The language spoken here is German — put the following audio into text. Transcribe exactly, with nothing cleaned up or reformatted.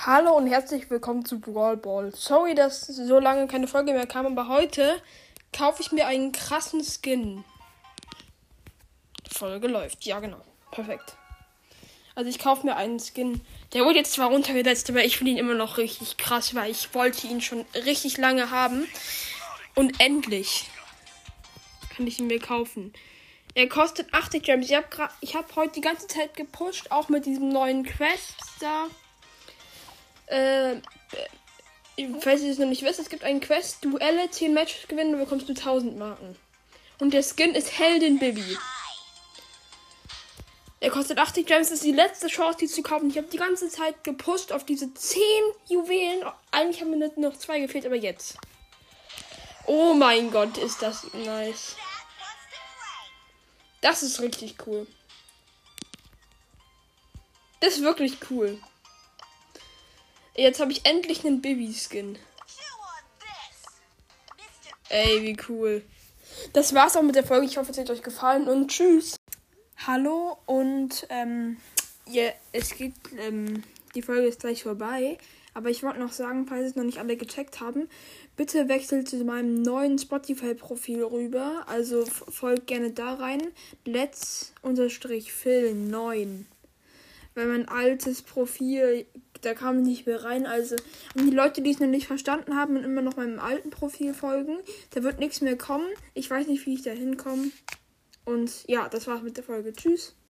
Hallo und herzlich willkommen zu Brawl Ball. Sorry, dass so lange keine Folge mehr kam, aber heute kaufe ich mir einen krassen Skin. Die Folge läuft, ja genau, perfekt. Also ich kaufe mir einen Skin, der wurde jetzt zwar runtergesetzt, aber ich finde ihn immer noch richtig krass, weil ich wollte ihn schon richtig lange haben. Und endlich kann ich ihn mir kaufen. Er kostet achtzig Gems. Ich habe ich hab heute die ganze Zeit gepusht, auch mit diesem neuen Quest da. Äh, falls ihr es noch nicht wisst, es gibt einen Quest, Duelle, zehn Matches gewinnen, dann bekommst du tausend Marken. Und der Skin ist Heldin Bibi. Er kostet achtzig Gems, das ist die letzte Chance, die zu kaufen. Ich habe die ganze Zeit gepusht auf diese zehn Juwelen. Eigentlich haben mir noch zwei gefehlt, aber jetzt. Oh mein Gott, ist das nice. Das ist richtig cool. Das ist wirklich cool. Jetzt habe ich endlich einen Bibi-Skin. Ey, wie cool. Das war's auch mit der Folge. Ich hoffe, es hat euch gefallen und tschüss. Hallo und ähm, ja, es geht, ähm, die Folge ist gleich vorbei. Aber ich wollte noch sagen, falls es noch nicht alle gecheckt haben, bitte wechselt zu meinem neuen Spotify-Profil rüber. Also folgt gerne da rein. Let's-Phil neun. Weil mein altes Profil, da kam ich nicht mehr rein. Also und die Leute, die es noch nicht verstanden haben und immer noch meinem alten Profil folgen, da wird nichts mehr kommen. Ich weiß nicht, wie ich da hinkomme. Und ja, das war's mit der Folge. Tschüss.